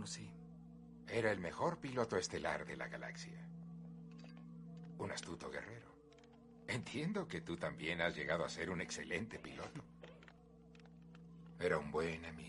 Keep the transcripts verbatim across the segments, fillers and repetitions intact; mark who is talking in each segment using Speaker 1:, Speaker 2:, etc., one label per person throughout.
Speaker 1: conocí. Era el mejor piloto estelar de la galaxia. Un astuto guerrero. Entiendo que tú también has llegado a ser un excelente piloto. Era un buen amigo.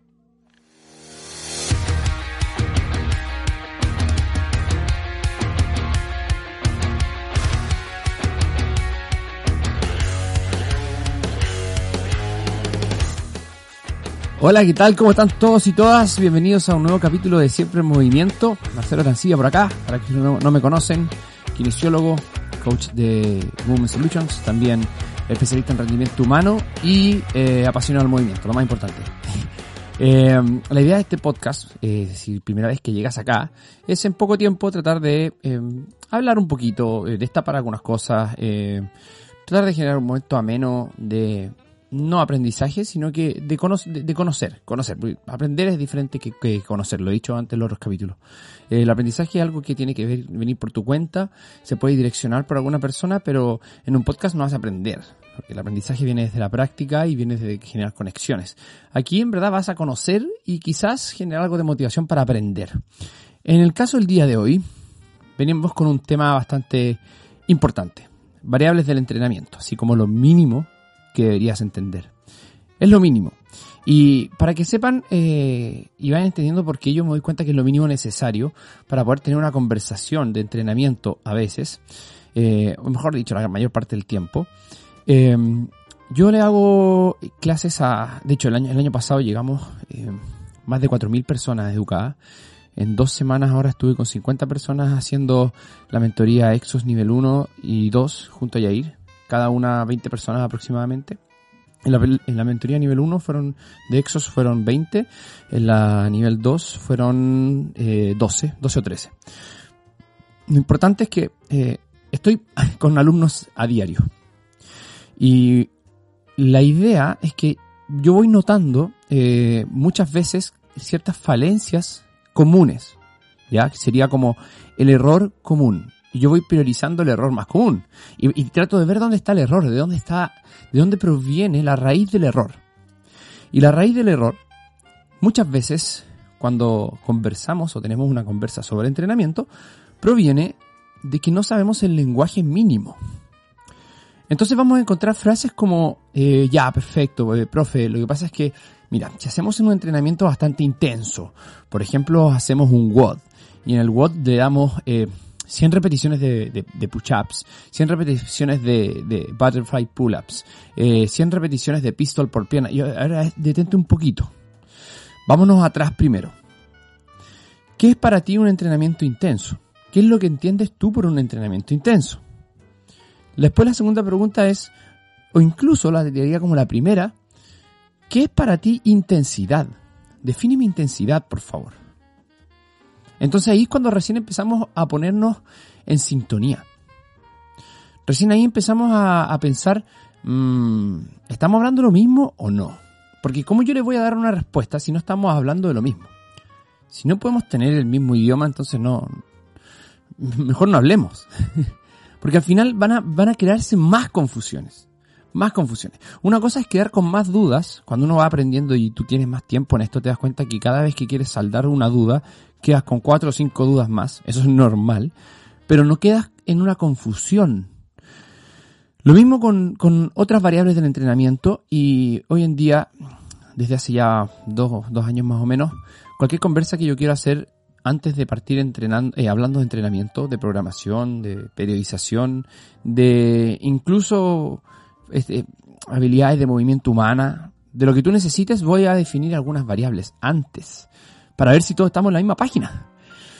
Speaker 2: Hola, ¿qué tal? ¿Cómo están todos y todas? Bienvenidos a un nuevo capítulo de Siempre en Movimiento. Marcelo Arancilla por acá, para quienes no, no me conocen, kinesiólogo, coach de Movement Solutions, también especialista en rendimiento humano y eh, apasionado al movimiento, lo más importante. eh, la idea de este podcast, eh, si primera vez que llegas acá, es en poco tiempo tratar de eh, hablar un poquito, eh, destapar algunas cosas, eh, tratar de generar un momento ameno de... no aprendizaje, sino que de, cono- de, de conocer, conocer. Aprender es diferente que, que conocer, lo he dicho antes en los otros capítulos. Eh, el aprendizaje es algo que tiene que ver, venir por tu cuenta, se puede direccionar por alguna persona, pero en un podcast no vas a aprender, porque el aprendizaje viene desde la práctica y viene desde generar conexiones. Aquí en verdad vas a conocer y quizás generar algo de motivación para aprender. En el caso del día de hoy, venimos con un tema bastante importante, variables del entrenamiento, así como lo mínimo que deberías entender. Es lo mínimo. Y para que sepan eh, y vayan entendiendo por qué yo me doy cuenta que es lo mínimo necesario para poder tener una conversación de entrenamiento a veces, eh, o mejor dicho, la mayor parte del tiempo. Eh, yo le hago clases a... De hecho, el año, el año pasado llegamos eh, más de cuatro mil personas educadas. En dos semanas ahora estuve con cincuenta personas haciendo la mentoría Exos nivel uno y dos junto a Yair. Cada una veinte personas aproximadamente. En la, en la mentoría nivel uno fueron, de Exos fueron veinte, en la nivel dos fueron eh, doce, doce o trece. Lo importante es que eh, estoy con alumnos a diario. Y la idea es que yo voy notando eh, muchas veces ciertas falencias comunes, ¿ya? Sería como el error común. Y yo voy priorizando el error más común. Y, y trato de ver dónde está el error, de dónde está, de dónde proviene la raíz del error. Y la raíz del error, muchas veces, cuando conversamos o tenemos una conversa sobre entrenamiento, proviene de que no sabemos el lenguaje mínimo. Entonces vamos a encontrar frases como, eh, ya, perfecto, eh, profe, lo que pasa es que, mira, si hacemos un entrenamiento bastante intenso, por ejemplo, hacemos un W O D, y en el W O D le damos... Eh, cien repeticiones de, de, de push-ups, cien repeticiones de, de butterfly pull-ups, eh, cien repeticiones de pistol por pierna. Y ahora detente un poquito. Vámonos atrás primero. ¿Qué es para ti un entrenamiento intenso? ¿Qué es lo que entiendes tú por un entrenamiento intenso? Después la segunda pregunta es, o incluso la diría como la primera, ¿qué es para ti intensidad? Defíneme intensidad, por favor. Entonces ahí es cuando recién empezamos a ponernos en sintonía. Recién ahí empezamos a, a pensar, mmm, ¿estamos hablando de lo mismo o no? Porque ¿cómo yo le voy a dar una respuesta si no estamos hablando de lo mismo? Si no podemos tener el mismo idioma, entonces no, mejor no hablemos. Porque al final van a, van a crearse más confusiones. Más confusiones. Una cosa es quedar con más dudas. Cuando uno va aprendiendo y tú tienes más tiempo en esto, te das cuenta que cada vez que quieres saldar una duda, quedas con cuatro o cinco dudas más. Eso es normal. Pero no quedas en una confusión. Lo mismo con, con otras variables del entrenamiento. Y hoy en día, desde hace ya dos, dos años más o menos, cualquier conversa que yo quiero hacer antes de partir entrenando, eh, hablando de entrenamiento, de programación, de periodización, de incluso... Este, habilidades de movimiento humana, de lo que tú necesites, voy a definir algunas variables antes, para ver si todos estamos en la misma página.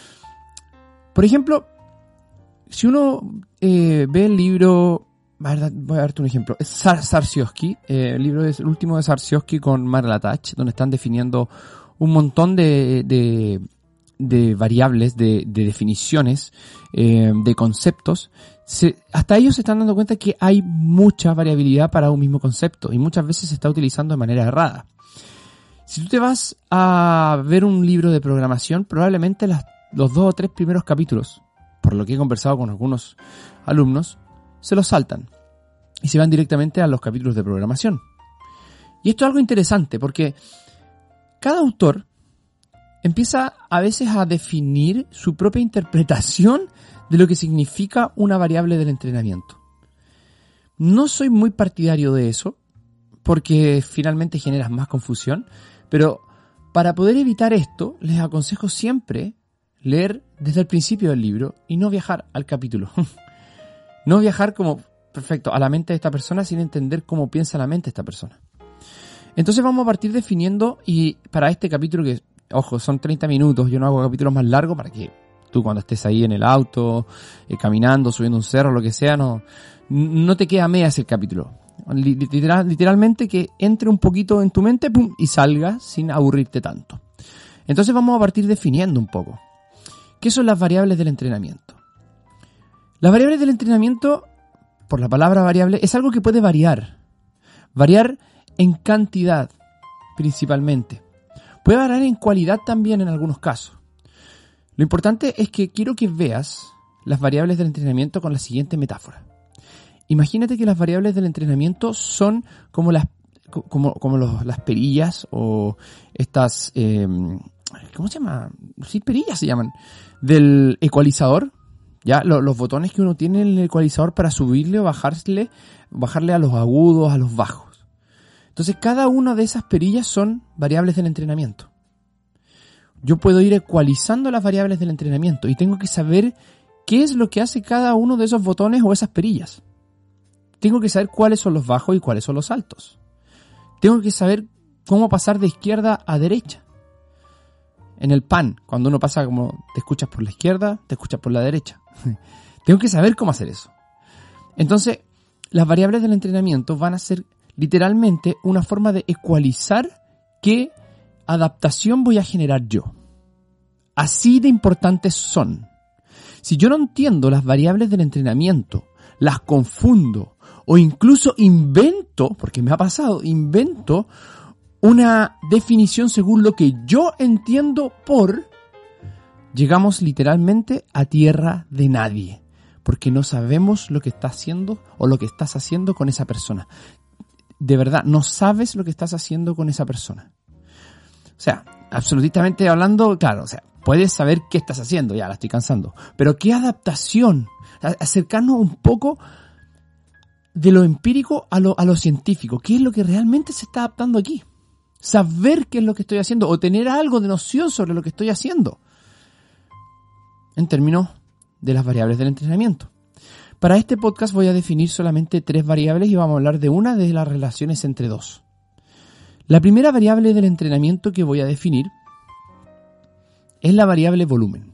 Speaker 2: Por ejemplo, si uno eh, ve el libro, voy a darte un ejemplo, es Sarsiowski, eh, el libro es el último de Sarsiowski con Marla Touch, donde están definiendo un montón de, de, de variables, de, de definiciones, eh, de conceptos. Se, hasta ellos se están dando cuenta que hay mucha variabilidad para un mismo concepto y muchas veces se está utilizando de manera errada. Si tú te vas a ver un libro de programación, probablemente las, los dos o tres primeros capítulos, por lo que he conversado con algunos alumnos, se los saltan y se van directamente a los capítulos de programación. Y esto es algo interesante porque cada autor empieza a veces a definir su propia interpretación de lo que significa una variable del entrenamiento. No soy muy partidario de eso, porque finalmente generas más confusión, pero para poder evitar esto, les aconsejo siempre leer desde el principio del libro y no viajar al capítulo. No viajar como, perfecto, a la mente de esta persona sin entender cómo piensa la mente de esta persona. Entonces vamos a partir definiendo, y para este capítulo que, ojo, son treinta minutos, yo no hago capítulos más largos para que tú cuando estés ahí en el auto, eh, caminando, subiendo un cerro, lo que sea, no, no te queda a medias el capítulo. Literal, literalmente que entre un poquito en tu mente, pum, y salga sin aburrirte tanto. Entonces vamos a partir definiendo un poco. ¿Qué son las variables del entrenamiento? Las variables del entrenamiento, por la palabra variable, es algo que puede variar. Variar en cantidad, principalmente. Puede variar en cualidad también en algunos casos. Lo importante es que quiero que veas las variables del entrenamiento con la siguiente metáfora. Imagínate que las variables del entrenamiento son como las como, como los, las perillas o estas, eh, ¿cómo se llama? Sí, perillas se llaman, del ecualizador, ya los, los botones que uno tiene en el ecualizador para subirle o bajarle, bajarle a los agudos, a los bajos. Entonces cada una de esas perillas son variables del entrenamiento. Yo puedo ir ecualizando las variables del entrenamiento y tengo que saber qué es lo que hace cada uno de esos botones o esas perillas. Tengo que saber cuáles son los bajos y cuáles son los altos. Tengo que saber cómo pasar de izquierda a derecha. En el pan, cuando uno pasa como te escuchas por la izquierda, te escuchas por la derecha. Tengo que saber cómo hacer eso. Entonces, las variables del entrenamiento van a ser literalmente una forma de ecualizar qué adaptación voy a generar yo. Así de importantes son. Si yo no entiendo las variables del entrenamiento, las confundo o incluso invento, porque me ha pasado, invento una definición según lo que yo entiendo por, llegamos literalmente a tierra de nadie, porque no sabemos lo que está haciendo o lo que estás haciendo con esa persona. De verdad, no sabes lo que estás haciendo con esa persona. O sea, absolutamente hablando, claro, o sea, puedes saber qué estás haciendo, ya la estoy cansando, pero qué adaptación, acercarnos un poco de lo empírico a lo, a lo científico, qué es lo que realmente se está adaptando aquí. Saber qué es lo que estoy haciendo o tener algo de noción sobre lo que estoy haciendo en términos de las variables del entrenamiento. Para este podcast voy a definir solamente tres variables y vamos a hablar de una de las relaciones entre dos. La primera variable del entrenamiento que voy a definir es la variable volumen.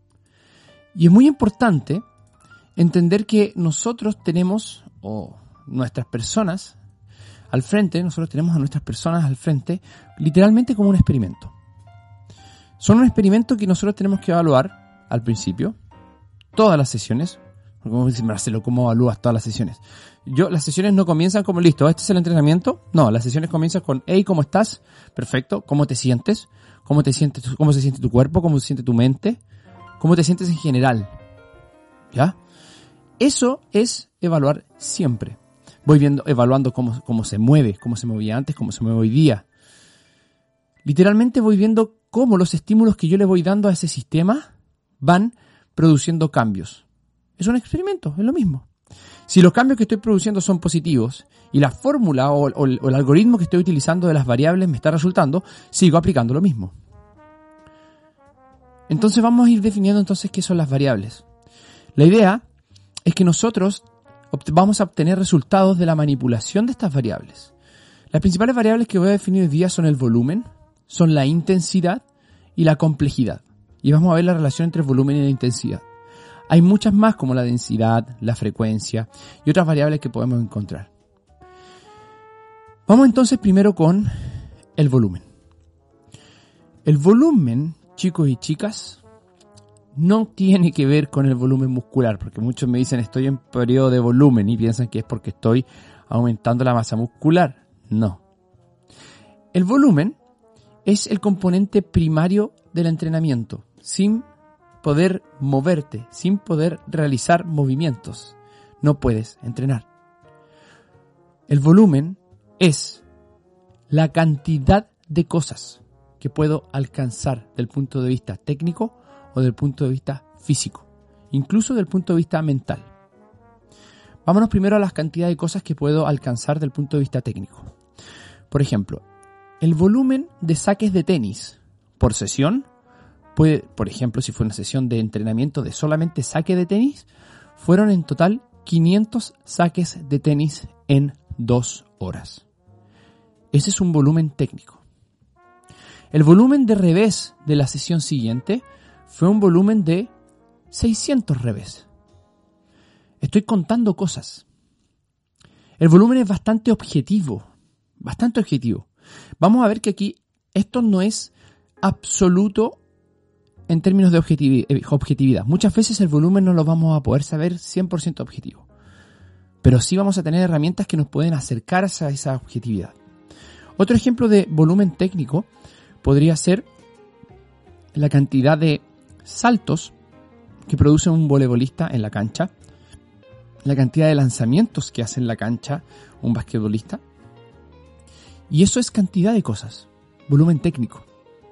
Speaker 2: Y es muy importante entender que nosotros tenemos, o nuestras personas al frente, nosotros tenemos a nuestras personas al frente literalmente como un experimento. Son un experimento que nosotros tenemos que evaluar al principio, todas las sesiones. Como dice Marcelo, ¿cómo evalúas todas las sesiones? Yo, las sesiones no comienzan como listo, ¿este es el entrenamiento? No, las sesiones comienzan con, hey, ¿cómo estás? Perfecto, ¿cómo te sientes? ¿Cómo te sientes? ¿Cómo se siente tu cuerpo? ¿Cómo se siente tu mente? ¿Cómo te sientes en general? ¿Ya? Eso es evaluar siempre. Voy viendo, evaluando cómo, cómo se mueve, cómo se movía antes, cómo se mueve hoy día. Literalmente voy viendo cómo los estímulos que yo le voy dando a ese sistema van produciendo cambios. Es un experimento, es lo mismo. Si los cambios que estoy produciendo son positivos y la fórmula o, o, o el algoritmo que estoy utilizando de las variables me está resultando, sigo aplicando lo mismo. Entonces vamos a ir definiendo entonces qué son las variables. La idea es que nosotros vamos a obtener resultados de la manipulación de estas variables. Las principales variables que voy a definir hoy día son el volumen, son la intensidad y la complejidad. Y vamos a ver la relación entre el volumen y la intensidad. Hay muchas más como la densidad, la frecuencia y otras variables que podemos encontrar. Vamos entonces primero con el volumen. El volumen, chicos y chicas, no tiene que ver con el volumen muscular, porque muchos me dicen estoy en periodo de volumen y piensan que es porque estoy aumentando la masa muscular. No. El volumen es el componente primario del entrenamiento. Sin poder moverte, sin poder realizar movimientos, no puedes entrenar. El volumen es la cantidad de cosas que puedo alcanzar del punto de vista técnico o del punto de vista físico, incluso del punto de vista mental. Vámonos primero a las cantidades de cosas que puedo alcanzar del punto de vista técnico. Por ejemplo, el volumen de saques de tenis por sesión puede, por ejemplo, si fue una sesión de entrenamiento de solamente saque de tenis, fueron en total quinientos saques de tenis en dos horas. Ese es un volumen técnico. El volumen de revés de la sesión siguiente fue un volumen de seiscientos revés. Estoy contando cosas. El volumen es bastante objetivo, bastante objetivo. Vamos a ver que aquí esto no es absoluto en términos de objetividad. Muchas veces el volumen no lo vamos a poder saber cien por ciento objetivo, pero sí vamos a tener herramientas que nos pueden acercar a esa objetividad. Otro ejemplo de volumen técnico podría ser la cantidad de saltos que produce un voleibolista en la cancha, la cantidad de lanzamientos que hace en la cancha un basquetbolista. Y eso es cantidad de cosas, volumen técnico.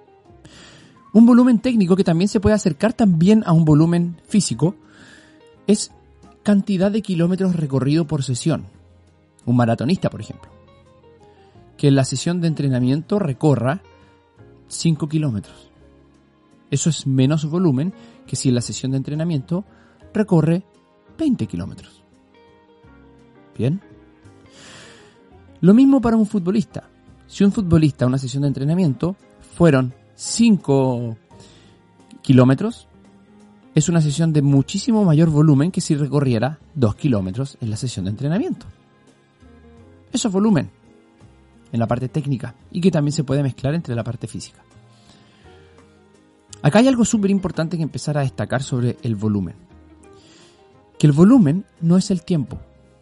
Speaker 2: Un volumen técnico que también se puede acercar también a un volumen físico es cantidad de kilómetros recorrido por sesión. Un maratonista, por ejemplo, que en la sesión de entrenamiento recorra cinco kilómetros. Eso es menos volumen que si en la sesión de entrenamiento recorre veinte kilómetros. ¿Bien? Lo mismo para un futbolista. Si un futbolista, una sesión de entrenamiento, fueron cinco kilómetros, es una sesión de muchísimo mayor volumen que si recorriera dos kilómetros en la sesión de entrenamiento. Eso es volumen en la parte técnica y que también se puede mezclar entre la parte física. Acá hay algo súper importante que empezar a destacar sobre el volumen. Que el volumen no es el tiempo.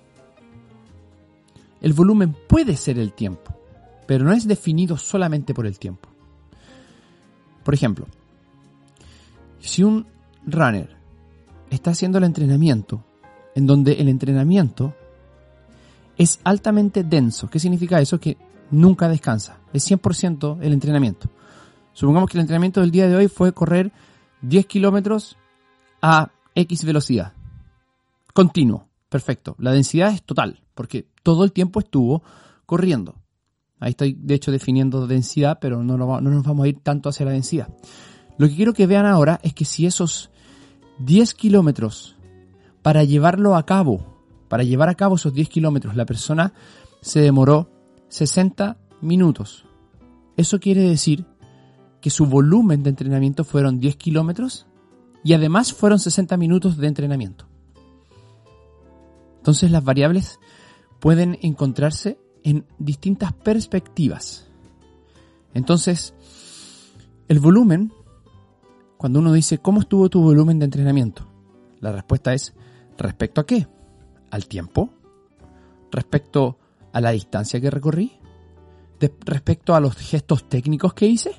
Speaker 2: El volumen puede ser el tiempo, pero no es definido solamente por el tiempo. Por ejemplo, si un runner está haciendo el entrenamiento, en donde el entrenamiento es altamente denso, ¿qué significa eso? Que nunca descansa, es cien por ciento el entrenamiento. Supongamos que el entrenamiento del día de hoy fue correr diez kilómetros a X velocidad. Continuo, perfecto. La densidad es total, porque todo el tiempo estuvo corriendo. Ahí estoy, de hecho, definiendo densidad, pero no, lo, no nos vamos a ir tanto hacia la densidad. Lo que quiero que vean ahora es que si esos diez kilómetros, para llevarlo a cabo, para llevar a cabo esos diez kilómetros, la persona se demoró sesenta minutos. Eso quiere decir que su volumen de entrenamiento fueron diez kilómetros y además fueron sesenta minutos de entrenamiento. Entonces las variables pueden encontrarse en distintas perspectivas. Entonces, el volumen, cuando uno dice ¿cómo estuvo tu volumen de entrenamiento? La respuesta es ¿respecto a qué? ¿Al tiempo? ¿Respecto a la distancia que recorrí? ¿De, respecto a los gestos técnicos que hice?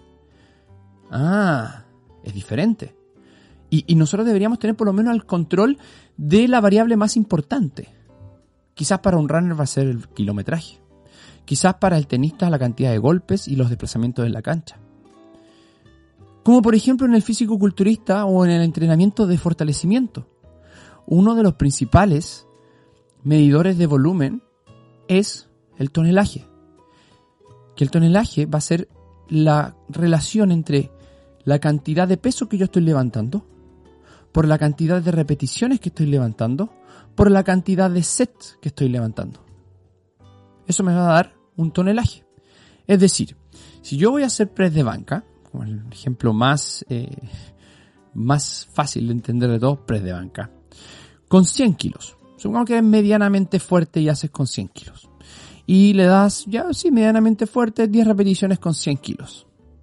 Speaker 2: Ah, es diferente. Y, y nosotros deberíamos tener por lo menos el control de la variable más importante. Quizás para un runner va a ser el kilometraje. Quizás para el tenista la cantidad de golpes y los desplazamientos en la cancha. Como por ejemplo en el físico-culturista o en el entrenamiento de fortalecimiento. Uno de los principales medidores de volumen es el tonelaje. Que el tonelaje va a ser la relación entre la cantidad de peso que yo estoy levantando por la cantidad de repeticiones que estoy levantando por la cantidad de sets que estoy levantando. Eso me va a dar un tonelaje. Es decir, si yo voy a hacer press de banca, como el ejemplo más, eh, más fácil de entender de todos, press de banca, con cien kilos. Supongamos que eres medianamente fuerte y haces con cien kilos. Y le das, ya sí, medianamente fuerte, diez repeticiones con cien kilos.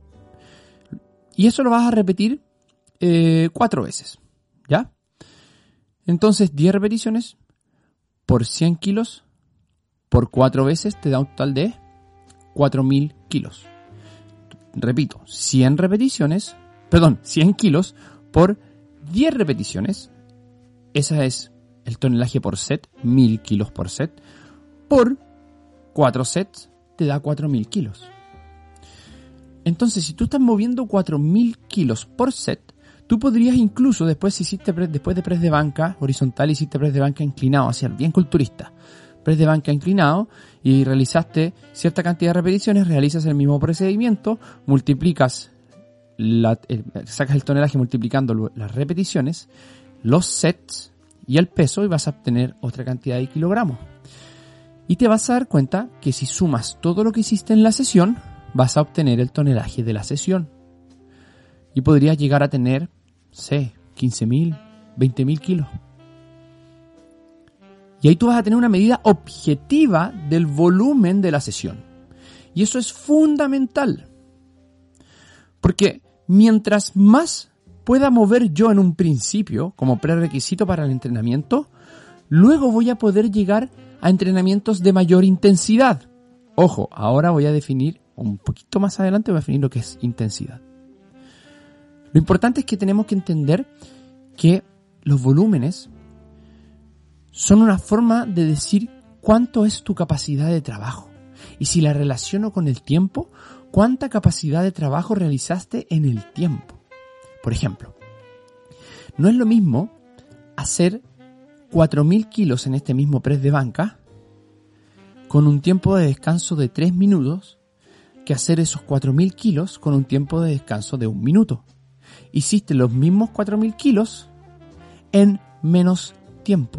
Speaker 2: Y eso lo vas a repetir eh, cuatro veces. ¿Ya? Entonces, diez repeticiones por cien kilos por cuatro veces te da un total de cuatro mil kilos. Repito, cien repeticiones, perdón, cien kilos por diez repeticiones. Esa es el tonelaje por set, mil kilos por set. Por cuatro sets te da cuatro mil kilos. Entonces, si tú estás moviendo cuatro mil kilos por set, tú podrías incluso, después si hiciste press, después de press de banca horizontal, hiciste press de banca inclinado, hacia bien culturista, press de banca inclinado, y realizaste cierta cantidad de repeticiones, realizas el mismo procedimiento, multiplicas, la, el, sacas el tonelaje multiplicando las repeticiones, los sets y el peso, y vas a obtener otra cantidad de kilogramos. Y te vas a dar cuenta que si sumas todo lo que hiciste en la sesión, vas a obtener el tonelaje de la sesión. Y podrías llegar a tener, sé, quince mil, veinte mil kilos. Y ahí tú vas a tener una medida objetiva del volumen de la sesión. Y eso es fundamental. Porque mientras más pueda mover yo en un principio, como prerequisito para el entrenamiento, luego voy a poder llegar a entrenamientos de mayor intensidad. Ojo, ahora voy a definir, un poquito más adelante voy a definir lo que es intensidad. Lo importante es que tenemos que entender que los volúmenes son una forma de decir cuánto es tu capacidad de trabajo. Y si la relaciono con el tiempo, cuánta capacidad de trabajo realizaste en el tiempo. Por ejemplo, no es lo mismo hacer cuatro mil kilos en este mismo press de banca con un tiempo de descanso de tres minutos que hacer esos cuatro mil kilos con un tiempo de descanso de un minuto. Hiciste los mismos cuatro mil kilos en menos tiempo.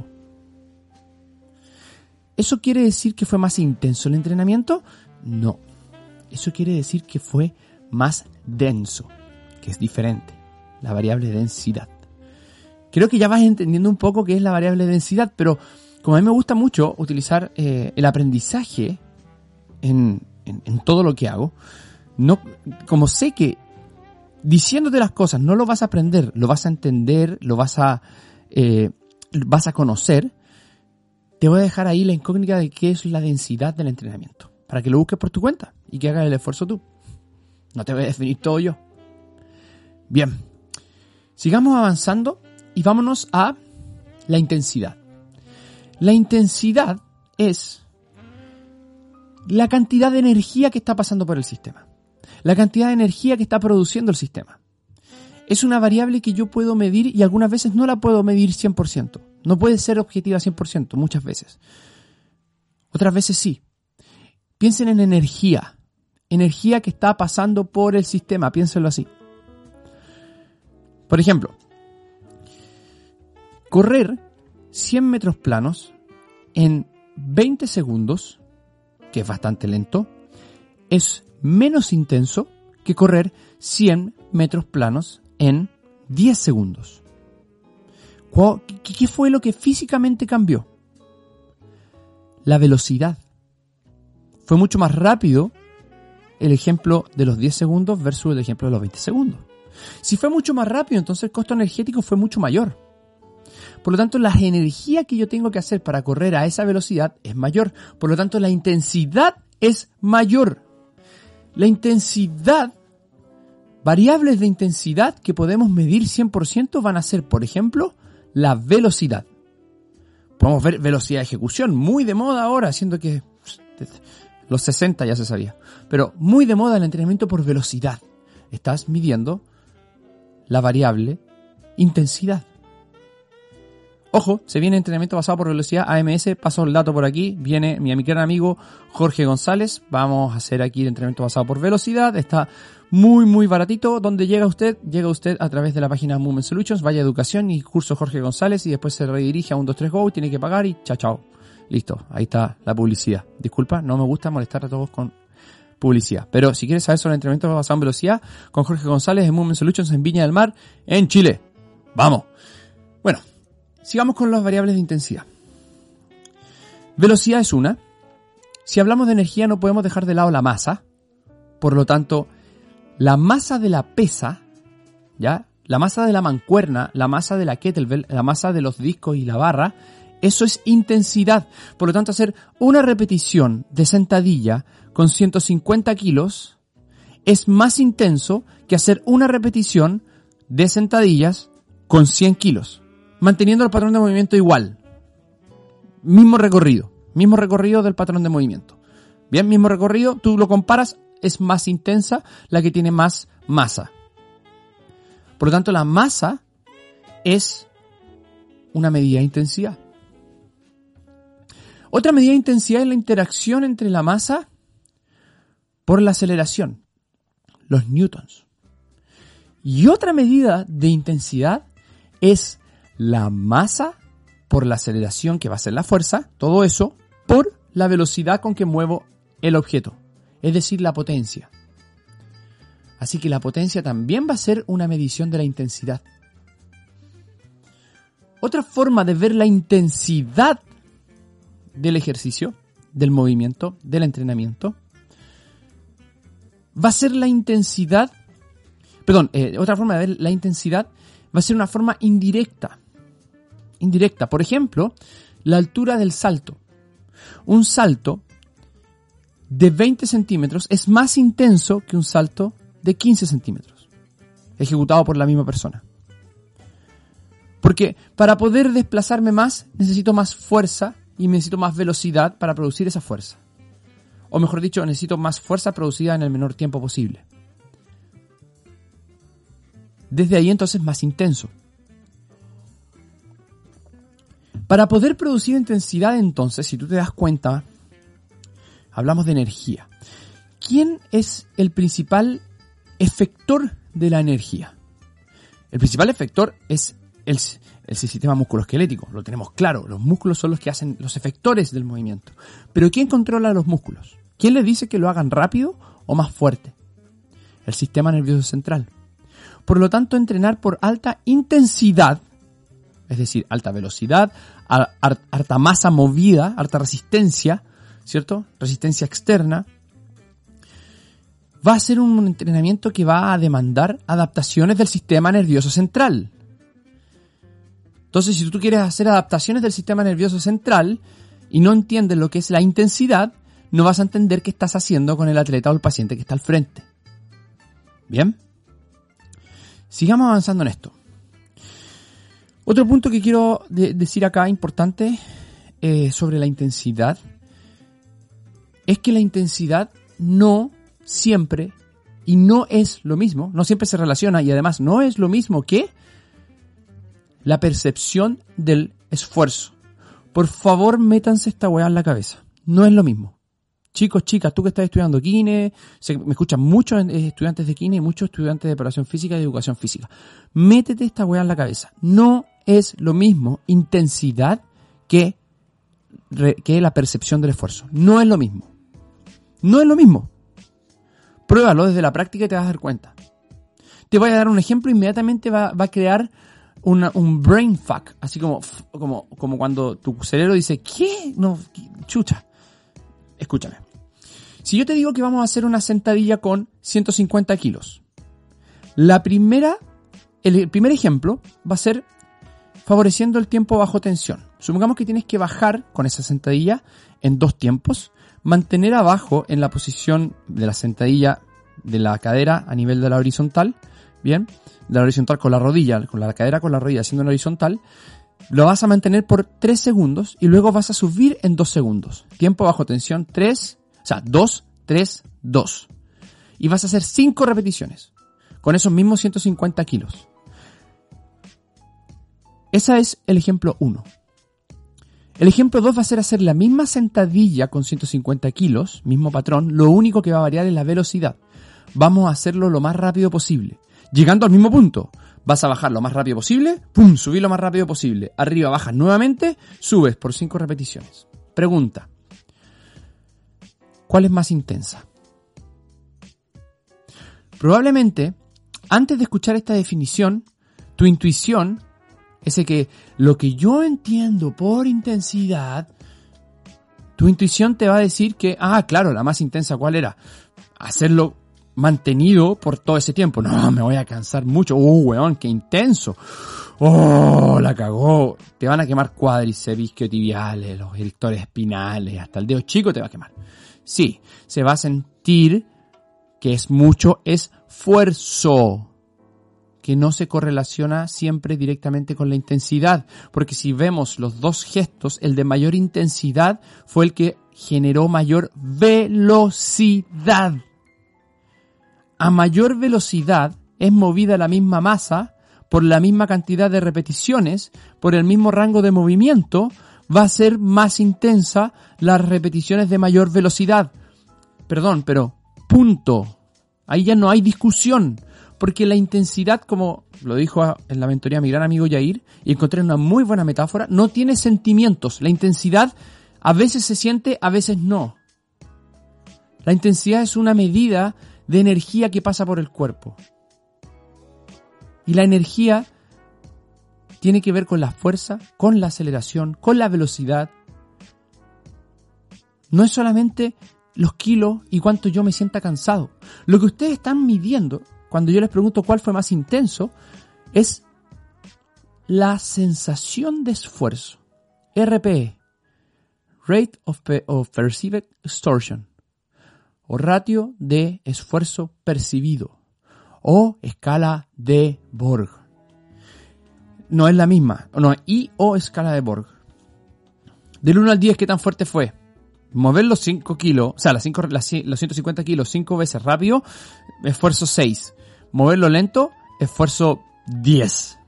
Speaker 2: ¿Eso quiere decir que fue más intenso el entrenamiento? No. Eso quiere decir que fue más denso, que es diferente. La variable densidad. Creo que ya vas entendiendo un poco qué es la variable densidad, pero como a mí me gusta mucho utilizar eh, el aprendizaje en, en, en todo lo que hago, no, como sé que diciéndote las cosas no lo vas a aprender, lo vas a entender, lo vas a, eh, vas a conocer, te voy a dejar ahí la incógnita de qué es la densidad del entrenamiento, para que lo busques por tu cuenta y que hagas el esfuerzo tú. No te voy a definir todo yo. Bien, sigamos avanzando y vámonos a la intensidad. La intensidad es la cantidad de energía que está pasando por el sistema. La cantidad de energía que está produciendo el sistema. Es una variable que yo puedo medir y algunas veces no la puedo medir cien por ciento. No puede ser objetiva cien por ciento, muchas veces. Otras veces sí. Piensen en energía. Energía que está pasando por el sistema, piénsenlo así. Por ejemplo, correr cien metros planos en veinte segundos, que es bastante lento, es menos intenso que correr cien metros planos en diez segundos. ¿Qué fue lo que físicamente cambió? La velocidad. Fue mucho más rápido el ejemplo de los diez segundos versus el ejemplo de los veinte segundos. Si fue mucho más rápido, entonces el costo energético fue mucho mayor. Por lo tanto, la energía que yo tengo que hacer para correr a esa velocidad es mayor. Por lo tanto, la intensidad es mayor. La intensidad, variables de intensidad que podemos medir cien por ciento van a ser, por ejemplo, la velocidad. Podemos ver velocidad de ejecución, muy de moda ahora, siendo que los sesenta ya se sabía. Pero muy de moda el entrenamiento por velocidad. Estás midiendo la variable intensidad. Ojo, se viene entrenamiento basado por velocidad, A M S, paso el dato por aquí, viene mi gran amigo Jorge González, vamos a hacer aquí el entrenamiento basado por velocidad, está muy muy baratito. ¿Dónde llega usted? Llega usted a través de la página Movement Solutions, vaya educación y curso Jorge González y después se redirige a uno dos tres Go, tiene que pagar y chao chao. Listo, ahí está la publicidad. Disculpa, no me gusta molestar a todos con publicidad, pero si quieres saber sobre el entrenamiento basado en velocidad, con Jorge González en Movement Solutions en Viña del Mar, en Chile. ¡Vamos! Bueno, sigamos con las variables de intensidad. Velocidad es una. Si hablamos de energía no podemos dejar de lado la masa. Por lo tanto, la masa de la pesa, ¿ya? La masa de la mancuerna, la masa de la kettlebell, la masa de los discos y la barra, eso es intensidad. Por lo tanto, hacer una repetición de sentadilla con ciento cincuenta kilos es más intenso que hacer una repetición de sentadillas con cien kilos. Manteniendo el patrón de movimiento igual. Mismo recorrido. Mismo recorrido del patrón de movimiento. Bien, mismo recorrido, tú lo comparas es más intensa la que tiene más masa. Por lo tanto, la masa es una medida de intensidad. Otra medida de intensidad es la interacción entre la masa por la aceleración, los newtons. Y otra medida de intensidad es la masa por la aceleración, que va a ser la fuerza, todo eso, por la velocidad con que muevo el objeto, es decir, la potencia. Así que la potencia también va a ser una medición de la intensidad. Otra forma de ver la intensidad del ejercicio, del movimiento, del entrenamiento, va a ser la intensidad, perdón, eh, otra forma de ver la intensidad va a ser una forma indirecta. Indirecta, por ejemplo, la altura del salto. Un salto de veinte centímetros es más intenso que un salto de quince centímetros, ejecutado por la misma persona. Porque para poder desplazarme más, necesito más fuerza y necesito más velocidad para producir esa fuerza. O mejor dicho, necesito más fuerza producida en el menor tiempo posible. Desde ahí entonces más intenso. Para poder producir intensidad entonces, si tú te das cuenta, hablamos de energía. ¿Quién es el principal efector de la energía? El principal efector es el, el sistema musculoesquelético, lo tenemos claro. Los músculos son los que hacen los efectores del movimiento. Pero ¿quién controla los músculos? ¿Quién les dice que lo hagan rápido o más fuerte? El sistema nervioso central. Por lo tanto, entrenar por alta intensidad, es decir, alta velocidad, harta masa movida, harta resistencia, ¿cierto? Resistencia externa, va a ser un entrenamiento que va a demandar adaptaciones del sistema nervioso central. Entonces, si tú quieres hacer adaptaciones del sistema nervioso central y no entiendes lo que es la intensidad, no vas a entender qué estás haciendo con el atleta o el paciente que está al frente. ¿Bien? Sigamos avanzando en esto. Otro punto que quiero de- decir acá importante eh, sobre la intensidad es que la intensidad no siempre y no es lo mismo, no siempre se relaciona y además no es lo mismo que la percepción del esfuerzo. Por favor, métanse esta weá en la cabeza. No es lo mismo. Chicos, chicas, tú que estás estudiando kine, se, me escuchan muchos estudiantes de kine y muchos estudiantes de preparación física y de educación física. Métete esta weá en la cabeza. No es lo mismo intensidad que, que la percepción del esfuerzo. No es lo mismo. No es lo mismo. Pruébalo desde la práctica y te vas a dar cuenta. Te voy a dar un ejemplo, inmediatamente va, va a crear una, un brain fuck, así como, como, como cuando tu cerebro dice, ¿qué? No, chucha. Escúchame. Si yo te digo que vamos a hacer una sentadilla con ciento cincuenta kilos, la primera, el primer ejemplo va a ser favoreciendo el tiempo bajo tensión. Supongamos que tienes que bajar con esa sentadilla en dos tiempos, mantener abajo en la posición de la sentadilla de la cadera a nivel de la horizontal, bien, de la horizontal con la rodilla, con la cadera con la rodilla haciendo una horizontal, lo vas a mantener por tres segundos y luego vas a subir en dos segundos. Tiempo bajo tensión tres, o sea, dos, tres, dos. Y vas a hacer cinco repeticiones con esos mismos ciento cincuenta kilos. Ese es el ejemplo uno. El ejemplo dos va a ser hacer la misma sentadilla con ciento cincuenta kilos, mismo patrón, lo único que va a variar es la velocidad. Vamos a hacerlo lo más rápido posible. Llegando al mismo punto, vas a bajar lo más rápido posible, pum, subir lo más rápido posible. Arriba bajas nuevamente, subes por cinco repeticiones. Pregunta: ¿cuál es más intensa? Probablemente, antes de escuchar esta definición, tu intuición, ese que lo que yo entiendo por intensidad, tu intuición te va a decir que, ah, claro, la más intensa, ¿cuál era? Hacerlo mantenido por todo ese tiempo. No, me voy a cansar mucho. ¡Uh, weón, qué intenso! ¡Oh, la cagó! Te van a quemar cuádriceps, isquiotibiales, los erectores espinales, hasta el dedo chico te va a quemar. Sí, se va a sentir que es mucho esfuerzo, que no se correlaciona siempre directamente con la intensidad, porque si vemos los dos gestos, el de mayor intensidad fue el que generó mayor velocidad. a mayor velocidad es movida la misma masa por la misma cantidad de repeticiones, por el mismo rango de movimiento, va a ser más intensa las repeticiones de mayor velocidad. Perdón, pero punto. Ahí ya no hay discusión, porque la intensidad, como lo dijo en la mentoría mi gran amigo Yair, y encontré una muy buena metáfora, no tiene sentimientos. La intensidad a veces se siente, a veces no. La intensidad es una medida de energía que pasa por el cuerpo. Y la energía tiene que ver con la fuerza, con la aceleración, con la velocidad. No es solamente los kilos y cuánto yo me sienta cansado. Lo que ustedes están midiendo, cuando yo les pregunto cuál fue más intenso, es la sensación de esfuerzo. R P E, Rate of, Pe- of Perceived Exertion, o ratio de esfuerzo percibido, o escala de Borg. No es la misma, no, I o escala de Borg. Del uno al diez, ¿qué tan fuerte fue? Mover los cinco kilos, o sea, las cinco, las, los ciento cincuenta kilos cinco veces rápido, esfuerzo seis. Moverlo lento, esfuerzo diez.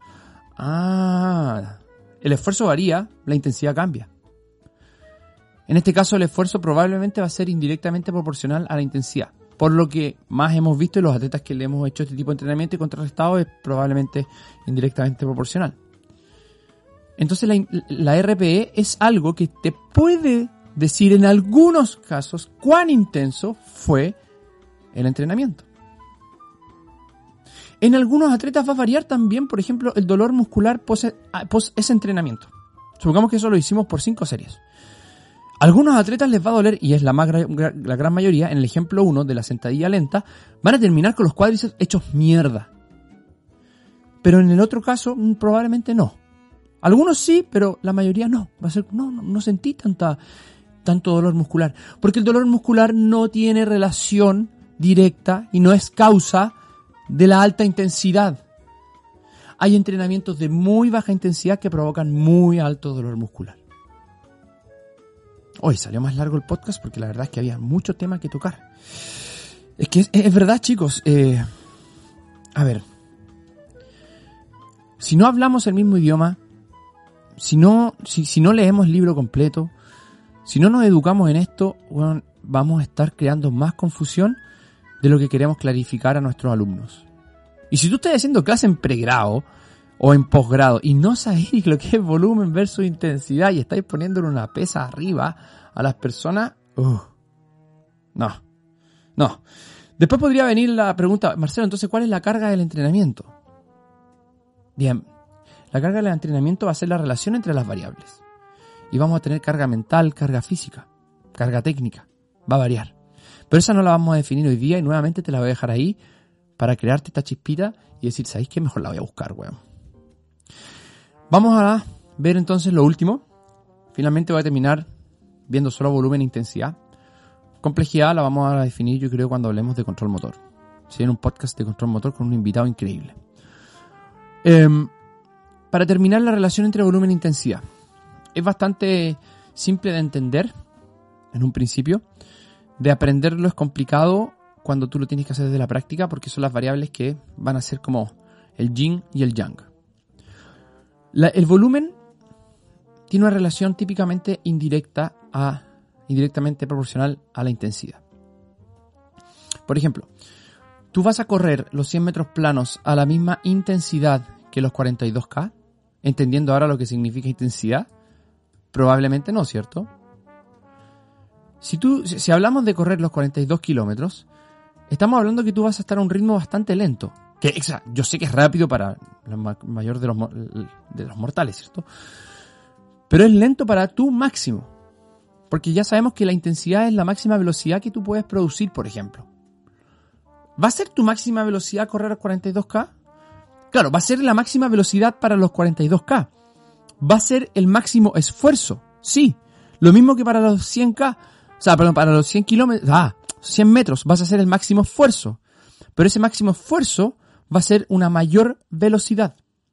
Speaker 2: Ah, el esfuerzo varía, la intensidad cambia. En este caso, el esfuerzo probablemente va a ser indirectamente proporcional a la intensidad. Por lo que más hemos visto en los atletas que le hemos hecho este tipo de entrenamiento y contrarrestado, es probablemente indirectamente proporcional. Entonces, la, la R P E es algo que te puede decir en algunos casos cuán intenso fue el entrenamiento. En algunos atletas va a variar también, por ejemplo, el dolor muscular post, post ese entrenamiento. Supongamos que eso lo hicimos por cinco series. A algunos atletas les va a doler, y es la, más, la gran mayoría, en el ejemplo uno de la sentadilla lenta, van a terminar con los cuádriceps hechos mierda. Pero en el otro caso, probablemente no. Algunos sí, pero la mayoría no. Va a ser, no, no, no sentí tanta, tanto dolor muscular. Porque el dolor muscular no tiene relación directa y no es causa de la alta intensidad. Hay entrenamientos de muy baja intensidad que provocan muy alto dolor muscular. Hoy salió más largo el podcast porque la verdad es que había mucho tema que tocar. Es que es, es verdad, chicos. Eh, a ver. Si no hablamos el mismo idioma, si no, si, si no leemos el libro completo, si no nos educamos en esto, bueno, vamos a estar creando más confusión de lo que queremos clarificar a nuestros alumnos. Y si tú estás haciendo clase en pregrado o en posgrado y no sabéis lo que es volumen versus intensidad y estáis poniéndole una pesa arriba a las personas, uh, no, no. Después podría venir la pregunta, Marcelo, entonces, ¿cuál es la carga del entrenamiento? Bien, la carga del entrenamiento va a ser la relación entre las variables. Y vamos a tener carga mental, carga física, carga técnica, va a variar. Pero esa no la vamos a definir hoy día y nuevamente te la voy a dejar ahí para crearte esta chispita y decir, ¿sabéis qué? Mejor la voy a buscar, weón. Vamos a ver entonces lo último. Finalmente voy a terminar viendo solo volumen e intensidad. Complejidad la vamos a definir, yo creo, cuando hablemos de control motor. Si en un podcast de control motor con un invitado increíble. Eh, para terminar, la relación entre volumen e intensidad. Es bastante simple de entender en un principio. De aprenderlo es complicado cuando tú lo tienes que hacer desde la práctica, porque son las variables que van a ser como el yin y el yang. La, el volumen tiene una relación típicamente indirecta a, indirectamente proporcional a la intensidad. Por ejemplo, tú vas a correr los cien metros planos a la misma intensidad que los cuarenta y dos K, entendiendo ahora lo que significa intensidad. Probablemente no, ¿cierto? Si tú, si hablamos de correr los cuarenta y dos kilómetros, estamos hablando que tú vas a estar a un ritmo bastante lento. Que, o sea, yo sé que es rápido para la mayor de los, de los mortales, ¿cierto? Pero es lento para tu máximo. Porque ya sabemos que la intensidad es la máxima velocidad que tú puedes producir, por ejemplo. ¿Va a ser tu máxima velocidad correr a cuarenta y dos K? Claro, va a ser la máxima velocidad para los cuarenta y dos K. Va a ser el máximo esfuerzo, sí. Lo mismo que para los cien K. O sea, perdón, para los cien kilómetros, ah, cien metros vas a hacer el máximo esfuerzo. Pero ese máximo esfuerzo va a ser una mayor velocidad.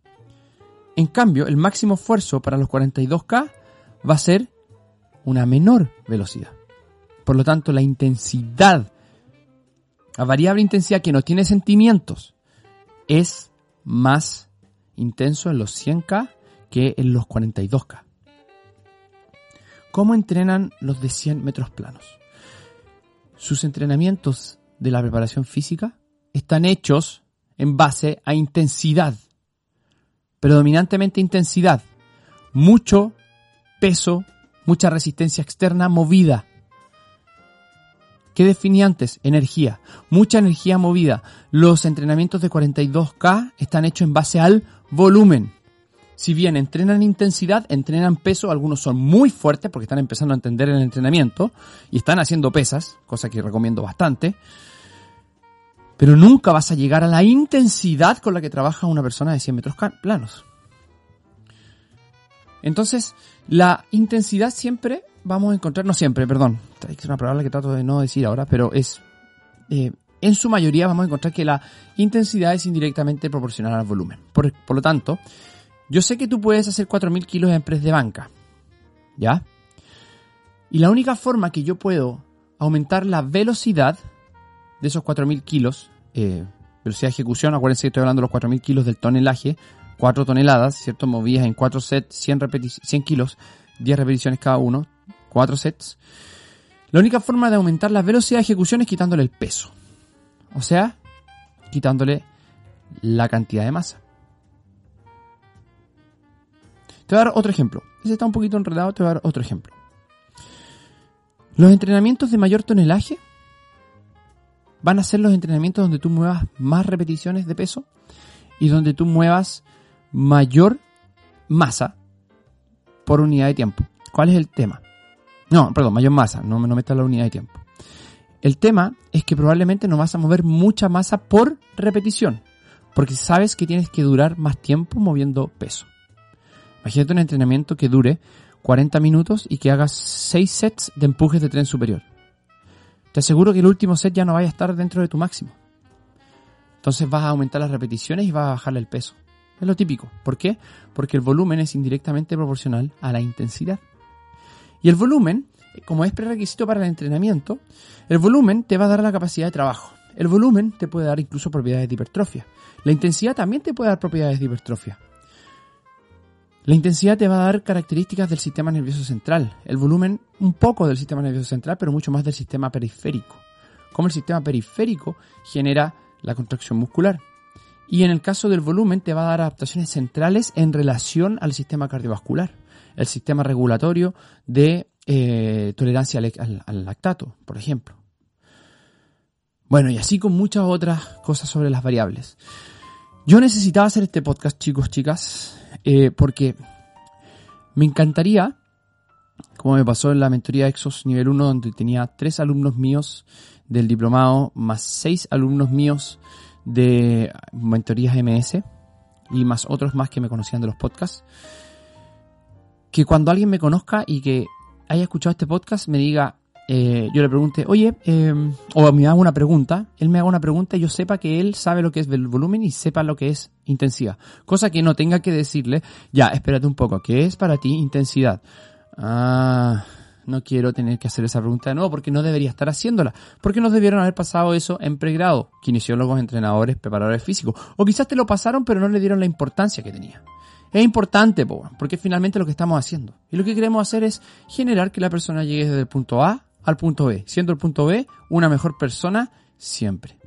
Speaker 2: En cambio, el máximo esfuerzo para los cuarenta y dos K va a ser una menor velocidad. Por lo tanto, la intensidad a variable intensidad que no tiene sentimientos, es más intenso en los cien K que en los cuarenta y dos K. ¿Cómo entrenan los de cien metros planos? Sus entrenamientos de la preparación física están hechos en base a intensidad, predominantemente intensidad, mucho peso, mucha resistencia externa movida. ¿Qué definí antes? Energía, mucha energía movida. Los entrenamientos de cuarenta y dos K están hechos en base al volumen. Si bien entrenan intensidad, entrenan peso, algunos son muy fuertes porque están empezando a entender el entrenamiento y están haciendo pesas, cosa que recomiendo bastante. Pero nunca vas a llegar a la intensidad con la que trabaja una persona de cien metros planos. Entonces, la intensidad siempre vamos a encontrar, no siempre, perdón, es una palabra que trato de no decir ahora, pero es, eh, en su mayoría vamos a encontrar que la intensidad es indirectamente proporcional al volumen. Por, por lo tanto, yo sé que tú puedes hacer cuatro mil kilos en press de banca, ¿ya? Y la única forma que yo puedo aumentar la velocidad de esos cuatro mil kilos, eh, velocidad de ejecución, acuérdense que estoy hablando de los cuatro mil kilos del tonelaje, cuatro toneladas, ¿cierto? Movidas en cuatro sets, cien, repeti- cien kilos, diez repeticiones cada uno, cuatro sets. La única forma de aumentar la velocidad de ejecución es quitándole el peso. O sea, quitándole la cantidad de masa. Te voy a dar otro ejemplo. Ese está un poquito enredado, te voy a dar otro ejemplo. Los entrenamientos de mayor tonelaje van a ser los entrenamientos donde tú muevas más repeticiones de peso y donde tú muevas mayor masa por unidad de tiempo. ¿Cuál es el tema? No, perdón, mayor masa, no, no metas la unidad de tiempo. El tema es que probablemente no vas a mover mucha masa por repetición, porque sabes que tienes que durar más tiempo moviendo peso. Imagínate un entrenamiento que dure cuarenta minutos y que hagas seis sets de empujes de tren superior. Te aseguro que el último set ya no vaya a estar dentro de tu máximo. Entonces vas a aumentar las repeticiones y vas a bajarle el peso. Es lo típico. ¿Por qué? Porque el volumen es indirectamente proporcional a la intensidad. Y el volumen, como es prerequisito para el entrenamiento, el volumen te va a dar la capacidad de trabajo. El volumen te puede dar incluso propiedades de hipertrofia. La intensidad también te puede dar propiedades de hipertrofia. La intensidad te va a dar características del sistema nervioso central. El volumen, un poco del sistema nervioso central, pero mucho más del sistema periférico. Como el sistema periférico genera la contracción muscular. Y en el caso del volumen te va a dar adaptaciones centrales en relación al sistema cardiovascular. El sistema regulatorio de eh, tolerancia al, al, al lactato, por ejemplo. Bueno, y así con muchas otras cosas sobre las variables. Yo necesitaba hacer este podcast, chicos, chicas, eh, porque me encantaría, como me pasó en la mentoría Exos nivel uno, donde tenía tres alumnos míos del diplomado, más seis alumnos míos de mentorías M S, y más otros más que me conocían de los podcasts, que cuando alguien me conozca y que haya escuchado este podcast me diga, eh, yo le pregunte, oye, eh, o me haga una pregunta, él me haga una pregunta y yo sepa que él sabe lo que es el volumen y sepa lo que es intensidad. Cosa que no tenga que decirle, ya, espérate un poco, ¿qué es para ti intensidad? Ah, no quiero tener que hacer esa pregunta de nuevo porque no debería estar haciéndola. Porque nos debieron haber pasado eso en pregrado, kinesiólogos, entrenadores, preparadores físicos. O quizás te lo pasaron pero no le dieron la importancia que tenía. Es importante, po, porque es finalmente lo que estamos haciendo. Y lo que queremos hacer es generar que la persona llegue desde el punto A al punto B, siendo el punto B una mejor persona siempre.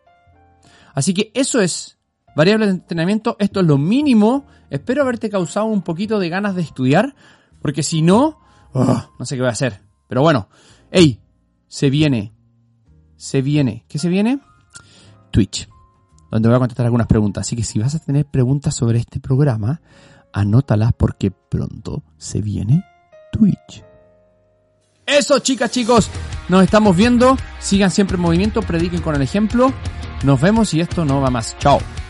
Speaker 2: Así que eso es variable de entrenamiento, esto es lo mínimo. Espero haberte causado un poquito de ganas de estudiar, porque si no, oh, no sé qué voy a hacer. Pero bueno, hey, se viene, se viene, ¿qué se viene? Twitch, donde voy a contestar algunas preguntas. Así que si vas a tener preguntas sobre este programa, anótalas porque pronto se viene Twitch. Eso, chicas, chicos, nos estamos viendo. Sigan siempre en movimiento, prediquen con el ejemplo. Nos vemos y esto no va más. Chao.